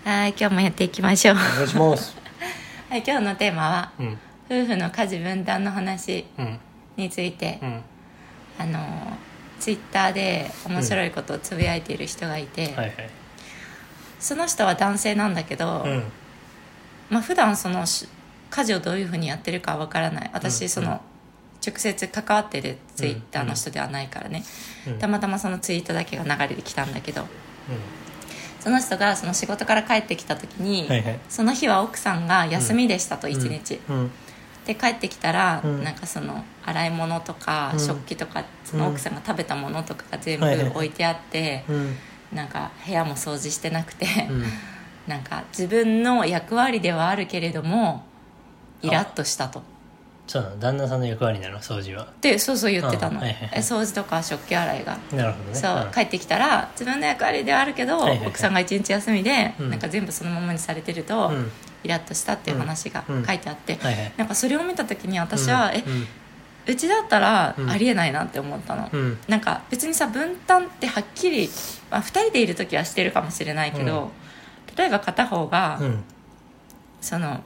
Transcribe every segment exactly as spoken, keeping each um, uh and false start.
はい、今日もやっていきましょう。 お願いします。 はい、今日のテーマは、 うん夫婦の家事分担の話うんについて、 うんあのツイッターで面白いことをつぶやいている人がいて、 はいはいその人は男性なんだけど、 うんまあ普段そのし家事をどういうふうにやってるかわからない。私、 うんその直接関わってるツイッターの人ではないからね、 うんたまたまそのツイートだけが流れてきたんだけど、 うその人がその仕事から帰ってきた時に、 はいはいその日は奥さんが休みでしたと、 ん一日うんで帰ってきたら、 うんなんかその洗い物とか、 うん食器とかその奥さんが食べたものとかが全部はいはい置いてあって、 うんなんか部屋も掃除してなくて、 うんなんか自分の役割ではあるけれどもイラッとしたと。 そうなの、旦那さんの役割なの、掃除は。 でそうそう言ってたの、 あはいはいはいえ掃除とか食器洗いが、 なるほどね。 そう、 ん帰ってきたら自分の役割ではあるけど、 はいはいはい奥さんが一日休みで、 うんなんか全部そのままにされてると、 うんイラッとしたっていう話がうん書いてあって、 はいはいなんかそれを見た時に私は、えうんうちだったらうんありえないなって思ったの、 うんなんか別にさ分担ってはっきり、まあ、ふたりでいる時はしてるかもしれないけど、例えば片方が、 うんその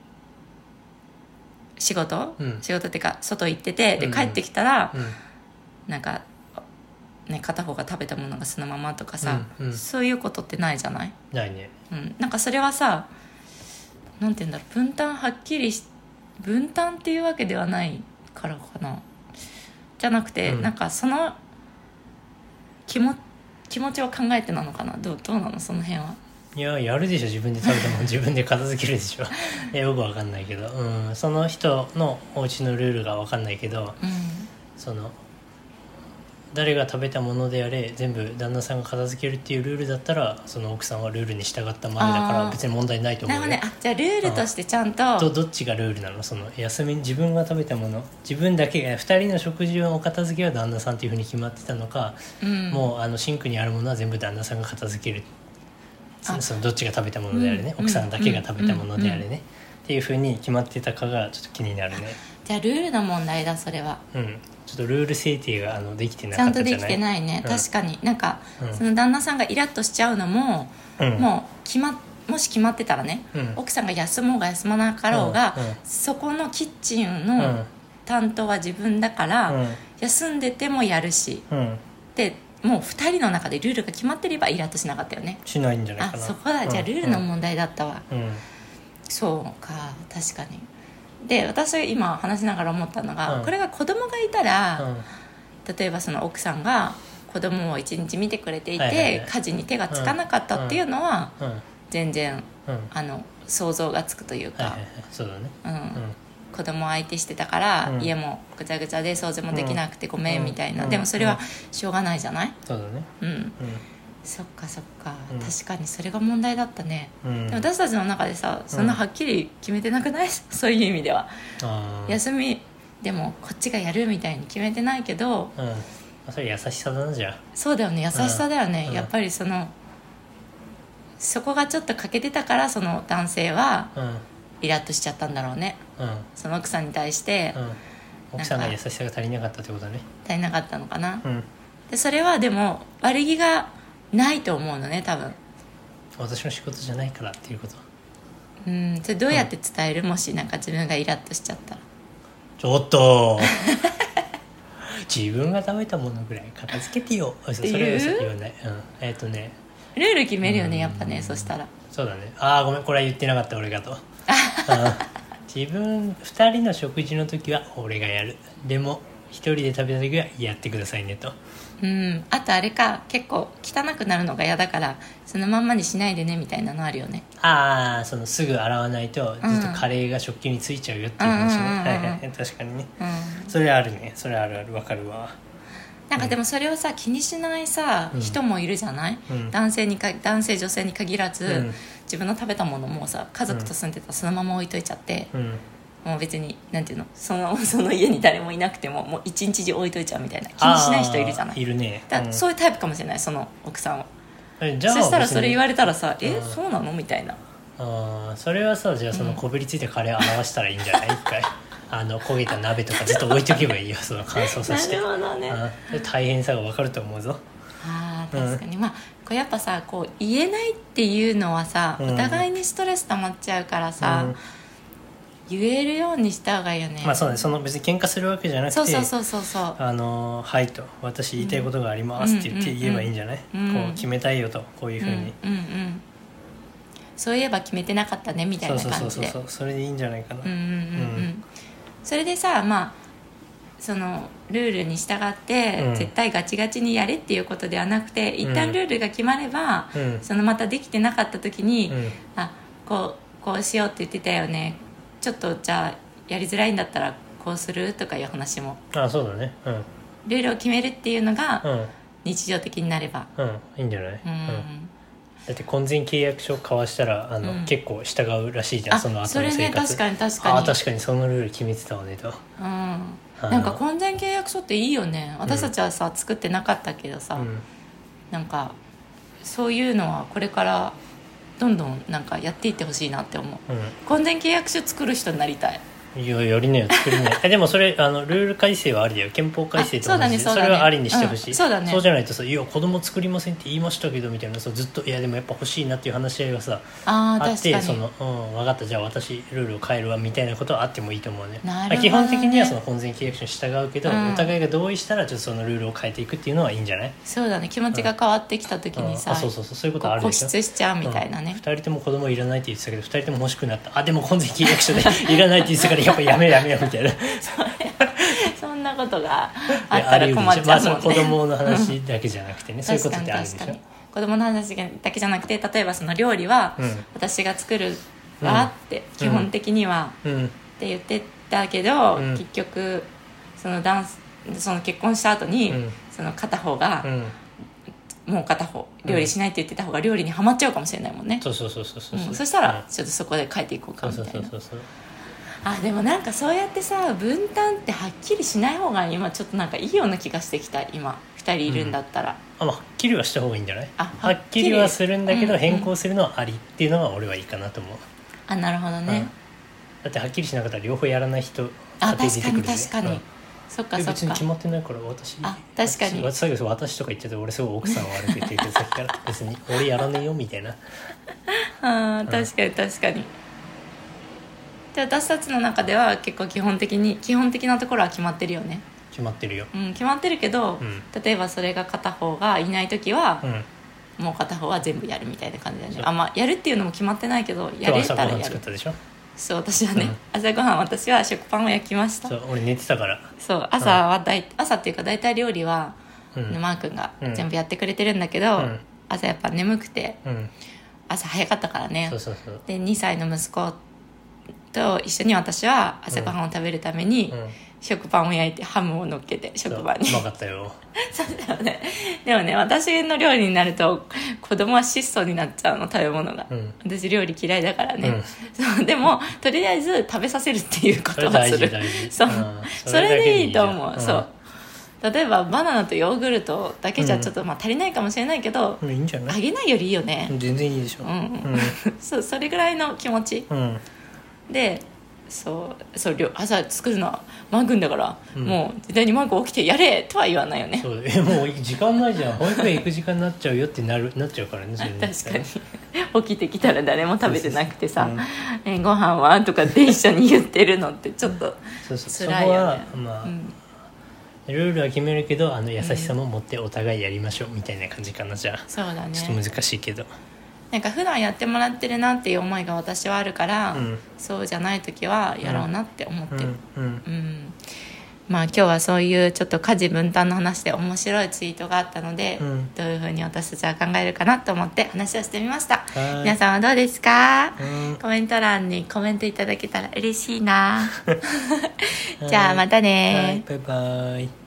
仕事、 うん仕事っていうか外行っててでうん帰ってきたら、 うんなんか、ね、片方が食べたものがそのままとかさ、 うんうんそういうことってないじゃない、 ないね。 うん、なんかそれはさなんて言うんだろう、分担はっきりし分担っていうわけではないからかな、じゃなくて、 うんなんかその気も気持ちを考えてなのかな、どうどうなのその辺は。 いややるでしょ、自分で食べたもん自分で片付けるでしょ。いやよくわかんないけど、うん、その人のお家のルールがわかんないけど、 うんその誰が食べたものであれ全部旦那さんが片付けるっていうルールだったら、その奥さんはルールに従ったまでだからあー別に問題ないと思うよ。 なるほどね。あ、じゃあルールとしてちゃんと、 どどっちがルールなの、その休み自分が食べたもの、自分だけがふたりの食事のお片付けは旦那さんっていうふうに決まってたのか、 うん、 もうあのシンクにあるものは全部旦那さんが片付ける、そあそのどっちが食べたものであれね、 うん奥さんだけが食べたものであれね、 うんうんっていうふうに決まってたかがちょっと気になるね。 じゃあルールの問題だそれは。 うんちょっとルール制定があのできてなちゃんかったじゃない。 とできてないね、 うん確かに。なんか、 うんその旦那さんがイラッとしちゃうのも、 うんもう決まもし決まってたらね、 うん奥さんが休もうが休まなかろうが、 うんうんそこのキッチンうのん担当は自分だから、 うん休んでてもやるし、 うんでもうふたりの中でルールが決まってればイラッとしなかったよね。 しないんじゃないあかな。 そこだ、じゃあルールの問題だったわ、 うんそうか、確かに。で私今話しながら思ったのが、 うんこれが子供がいたら、 うん例えばその奥さんが子供を一日見てくれていて、 はいはいはい家事に手がつかなかったっていうのは、 うんうん全然うんあの想像がつくというか、 はいはいはいそうだね。 うんうん子供を相手してたから、 うん家もぐちゃぐちゃで掃除もできなくてごめんうんみたいな、 うんでもそれはしょうがないじゃない、 そうだね。 うんそっかそっか、 うん確かにそれが問題だったね、 うんでも私たちの中でさそんなはっきり決めてなくない、そういう意味ではあー休みでもこっちがやるみたいに決めてないけど、 うんまあそれ優しさだな、じゃそうだよね、優しさだよね、 うんやっぱりそのそこがちょっと欠けてたからその男性はあ。うんイラッとしちゃったんだろうね、 うんその奥さんに対してうん奥さんが優しさが足りなかったってことね。 足りなかったのかな、 うんでそれはでも悪気がないと思うのね多分。 私の仕事じゃないからっていうこと。 うんそれどうやって伝える、もしなんか自分がイラッとしちゃったら。 ちょっと自分が食べたものぐらい片付けてよ。そそれは嘘言わない。うんえっとねルール決めるよねやっぱね、そしたら。 そうだね。ああごめん、これは言ってなかった俺がと。うん自分ふたりの食事の時は俺がやる、でもひとりで食べた時はやってくださいねと。 うんあとあれか、結構汚くなるのが嫌だからそのまんまにしないでねみたいなのあるよね。 ああそのすぐ洗わないとずっとカレーが食器についちゃうよっていう話ね。 うんうんうんうんはいはい確かにね。 うんそれあるね、それあるある、わかるわ。 なんかでもそれをさ気にしないさ、 うん人もいるじゃない、 うん男性にか男性女性に限らず、 うん自分の食べたものもさ家族と住んでたらそのまま置いといちゃって、 うんもう別になんていうの、そのその家に誰もいなくてももう一日中置いといちゃうみたいな、気にしない人いるじゃない。 いるね。 だうんそういうタイプかもしれない、その奥さんは。 えじゃあそしたらそれ言われれたらさ、えうんそうなのみたいな。 ああそれはさ、じゃあそのこびりついたカレーを表したらいいんじゃない一回あの焦げた鍋とかずっと置いとけばいいよその乾燥させて。 なるほどね。 うんそれ大変さが分かると思うぞ。 あ確かに、まあこれやっぱさこう言えないっていうのはさ、 うんお互いにストレス溜まっちゃうからさ、 うん言えるようにした方がいいよね。 まあそうね、その別に喧嘩するわけじゃなくて、 そうそうそうそうそうあのはいと私言いたいことがありますって言って言えばいいんじゃない、 うんうんこう決めたいよとこういうふうに、 うんうんうんそういえば決めてなかったねみたいなそう感じでそうそうそうそれでいいんじゃないかな、 うんうんうんうんうんそれでさまあそのルールに従って、 うん絶対ガチガチにやれっていうことではなくて一旦ルールが決まれば、 うんそのまたできてなかった時に、 うんあこうこうしようって言ってたよねちょっとじゃあやりづらいんだったらこうするとかいう話もあそうだねうんルールを決めるっていうのがうん日常的になればうんいいんじゃない、 うん、 うんだって婚前契約書交わしたらあの、 うん結構従うらしいじゃんあその後のそれね生活確かに確かにあ確かにそのルール決めてたわねとうん、 はいなんか婚前契約書っていいよね私たちはさ、作ってなかったけどさ、 うんなんかそういうのはこれからどんどんなんかやっていってほしいなって思う婚前契約書作る人になりたいいややりなよ作りなよえでもそれあのルール改正はありだよ憲法改正と同じであそうだねそうだねれはありにしてほしい、 うんそうだねそうじゃないとさ「いや子供作りませんって言いましたけど」みたいなそうずっと「いやでもやっぱ欲しいな」っていう話し合いがさあーあって確かにその、うん、分かったじゃあ私ルールを変えるわみたいなことはあってもいいと思うねなるほどね基本的にはその婚前契約書に従うけど、 うんお互いが同意したらちょっとそのルールを変えていくっていうのはいいんじゃない、 そうだね気持ちが変わってきた時にさ、 うんあそうそうそうそういうことあるこうでしょ固執しちゃうみたいなねうん、ふたりとも子供いらないって言ってたけどふたりとも欲しくなったあでも婚前契約書でいらないって言ってたからやっぱやめようやめようみたいなそんなことがあったら困っちゃうもんね、 まあ、その子供の話だけじゃなくてね、そういうことってあるでしょ確かに確かに子供の話だけじゃなくて例えばその料理はうん私が作るわって、基本的には、 うんって言ってたけど、 うん結局そのダンスその結婚した後に、 うんその片方がう、んもう片方料理しないって言ってた方が料理にはまっちゃうかもしれないもんね、 そうそうそうそうそううんそしたらちょっとそこで変えていこうかそうみたいなそうそうそうあでもなんかそうやってさ分担ってはっきりしない方が今ちょっとなんかいいような気がしてきた今ふたりいるんだったら、 あ、まあ、はっきりはした方がいいんじゃないあはっきりはするんだけどうんうん変更するのはありっていうのは俺はいいかなと思う、 あなるほどね、 うんだってはっきりしなかったら両方やらない人あ家庭出てくる確かに確かに、 うんそっかそっえ別にか決まってないから私あ確かに私最後私とか言ってて俺すごい奥さんを悪く言ってるけどさっきから別に俺やらねえよみたいなあー確かに確かにで私たちの中では結構基本的に基本的なところは決まってるよね、 決まってるようん、決まってるけど、 うん例えばそれが片方がいない時はう、んもう片方は全部やるみたいな感じだよそうねあ、まあ、やるっていうのも決まってないけどやれ今日朝ごはんたらやる作ったでしょそう私はね、 うん朝ごはん私は食パンを焼きましたそう俺寝てたからそう朝はだい、朝っていうか大体料理は、 うんマー君がうん全部やってくれてるんだけど、 うん朝やっぱ眠くてうん朝早かったからねそうそうそうでにさいの息子と一緒に私は朝ごはんを食べるために、 うん食パンを焼いてハムを乗っけてそう食パンにうまかったよそうだよねでもね私の料理になると子供は質素になっちゃうの食べ物が、 うん私料理嫌いだからね、 うんそうでもとりあえず食べさせるっていうこそれとはする大事大事そう、 うんそれでいいと思う、 だけそう例えばバナナとヨーグルトだけじゃちょっとまあ足りないかもしれないけど、 うんいいんじゃないあげないよりいいよね、 全然いいでしょうんうんそうそれぐらいの気持ちうん、うんでそうそう料朝作るのはマー君だから、 うんもう絶対にマー君起きてやれとは言わないよねそうえもう時間ないじゃん保育園行く時間になっちゃうよってなるなっちゃうからねそれね確かに起きてきたら誰も食べてなくてさそうそう 「えご飯は?」とかって一緒に言ってるのってちょっとそうそうそこ辛いよねはまあ、 うんルールは決めるけどあの優しさも持ってお互いやりましょうみたいな感じかなじゃあそうだちょっとね難しいけどなんか普段やってもらってるなっていう思いが私はあるから、 うんそうじゃない時はやろうなって思ってる、 うんうんうんまあ今日はそういうちょっと家事分担の話で面白いツイートがあったので、 うんどういうふうに私たちは考えるかなと思って話をしてみました。 はい皆さんはどうですか？ うんコメント欄にコメントいただけたら嬉しいなじゃあまたねはいバイバイ